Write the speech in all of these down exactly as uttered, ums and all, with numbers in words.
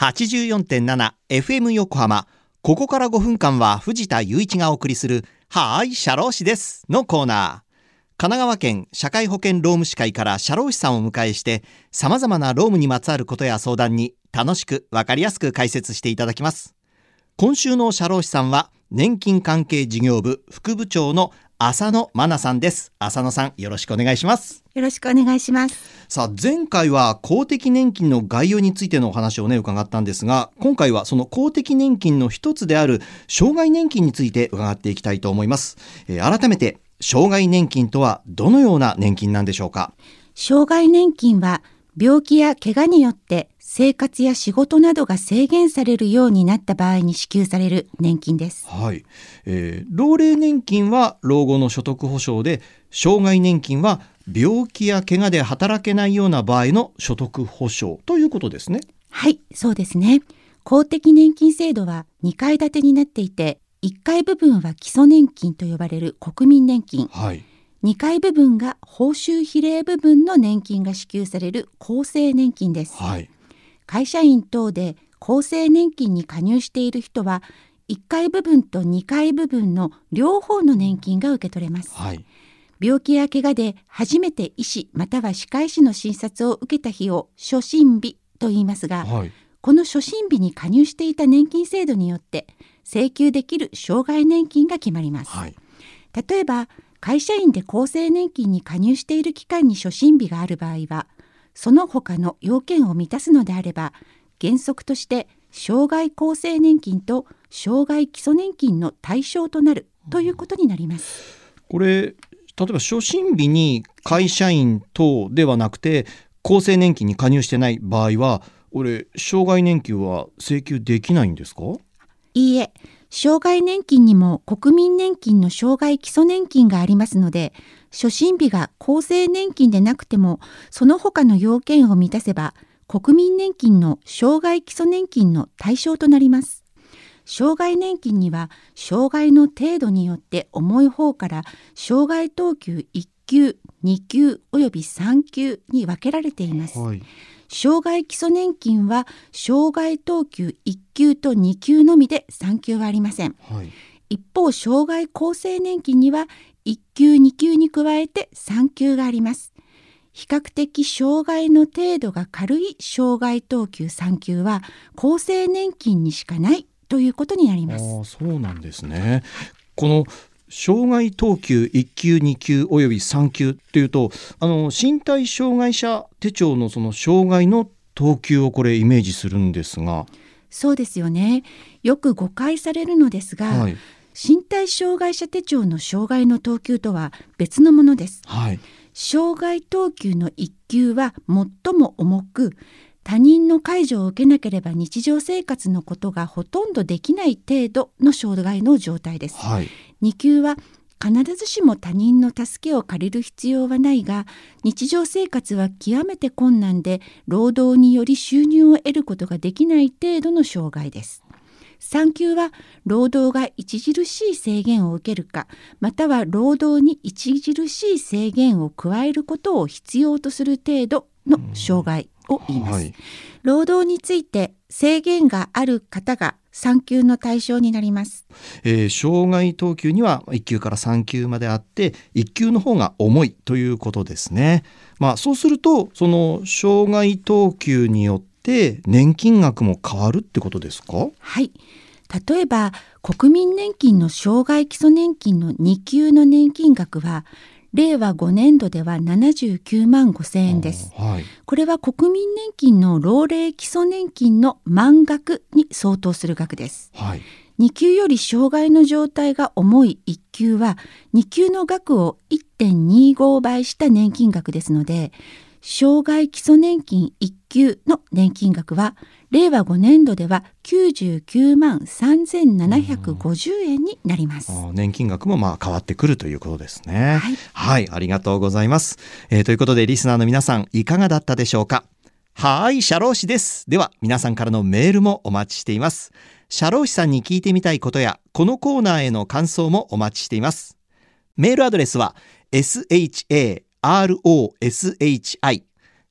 はちじゅうよんてんななエフエム 横浜。ここからごふんかんは藤田雄一がお送りするはーい社労士ですのコーナー。神奈川県社会保険労務士会から社労士さんをお迎えして、様々な労務にまつわることや相談に楽しくわかりやすく解説していただきます。今週の社労士さんは年金関係事業部副部長の浅野真奈さんです。浅野さん、よろしくお願いします。 よろしくお願いします。 さあ、前回は公的年金の概要についてのお話をね伺ったんですが、今回はその公的年金の一つである障害年金について伺っていきたいと思います。えー、改めて障害年金とはどのような年金なんでしょうか。 障害年金は病気や怪我によって生活や仕事などが制限されるようになった場合に支給される年金です。 はい、えー、老齢年金は老後の所得保障で、障害年金は病気や怪我で働けないような場合の所得保障ということですね。 はい、そうですね。公的年金制度はにかい建てになっていて、いっかい部分は基礎年金と呼ばれる国民年金、 はい、 にかい部分が報酬比例部分の年金が支給される厚生年金です。 はい、 会社員等で厚生年金に加入している人はいっかい部分とにかい部分の両方の年金が受け取れます。 はい、 病気や怪我で初めて医師または歯科医師の診察を受けた日を初診日と言いますが、 はい、 この初診日に加入していた年金制度によって請求できる障害年金が決まります。 はい、 例えば会社員で厚生年金に加入している期間に初診日がある場合は、その他の要件を満たすのであれば、原則として障害厚生年金と障害基礎年金の対象となるということになります。 これ、例えば初診日に会社員等ではなくて厚生年金に加入してない場合は、俺障害年金は請求できないんですか？ いいえ、障害年金にも国民年金の障害基礎年金がありますので、初診日が厚生年金でなくてもその他の要件を満たせば国民年金の障害基礎年金の対象となります。障害年金には障害の程度によって重い方から障害等級いっきゅう、にきゅうおよびさんきゅうに分けられています。はい、障害基礎年金は障害等級いっきゅうとにきゅうのみでさんきゅうはありません。はい、一方障害厚生年金にはいっきゅうにきゅうに加えてさんきゅうがあります。比較的障害の程度が軽い障害等級さんきゅうは厚生年金にしかないということになります。 あ、そうなんですね。この障害等級いっきゅう、にきゅうおよびさんきゅうっていうと、あの身体障害者手帳のその障害の等級をこれイメージするんですが。 そうですよね。よく誤解されるのですが、はい、身体障害者手帳の障害の等級とは別のものです。はい、障害等級のいっきゅうは最も重く、他人の介助を受けなければ日常生活のことがほとんどできない程度の障害の状態です。はい、にきゅうは必ずしも他人の助けを借りる必要はないが、日常生活は極めて困難で労働により収入を得ることができない程度の障害です。さんきゅうは労働が著しい制限を受けるか、または労働に著しい制限を加えることを必要とする程度の障害を言います。はい、労働について制限がある方がさんきゅうの対象になります。 えー、障害等級にはいっきゅうからさんきゅうまであって、いっきゅうの方が重いということですね。まあ、そうするとその障害等級によって年金額も変わるってことですか？ はい、例えば国民年金の障害基礎年金のにきゅうの年金額はれいわごねんどではななじゅうきゅうまんごせんえんです。はい、これは国民年金の老齢基礎年金の満額に相当する額です。はい、にきゅうより障害の状態が重いいっきゅうはにきゅうの額を いってんにご 倍した年金額ですので、障害基礎年金いっきゅうの年金額はれいわごねんどではきゅうじゅうきゅうまんさんぜんななひゃくごじゅうえんになります。 あ、年金額もまあ変わってくるということですね。はい、はい、ありがとうございます。えー、ということでリスナーの皆さんいかがだったでしょうか。はい、社労士です。では皆さんからのメールもお待ちしています。社労士さんに聞いてみたいことやこのコーナーへの感想もお待ちしています。メールアドレスは エスエイチエーアールオーエスエイチアイ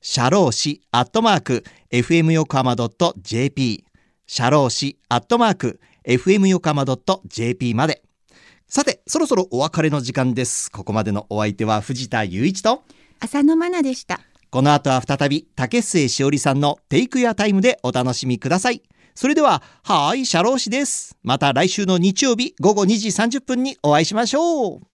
社労士アットマーク エフエム 横浜 .jp 社労士アットマーク エフエム 横浜 .jp まで。さて、そろそろお別れの時間です。ここまでのお相手は藤田雄一と浅野真奈でした。 この後は再び竹末しおりさんのテイクヤタイムでお楽しみください。それでは、はーい、社労士です。また来週の日曜日午後にじさんじゅっぷんにお会いしましょう。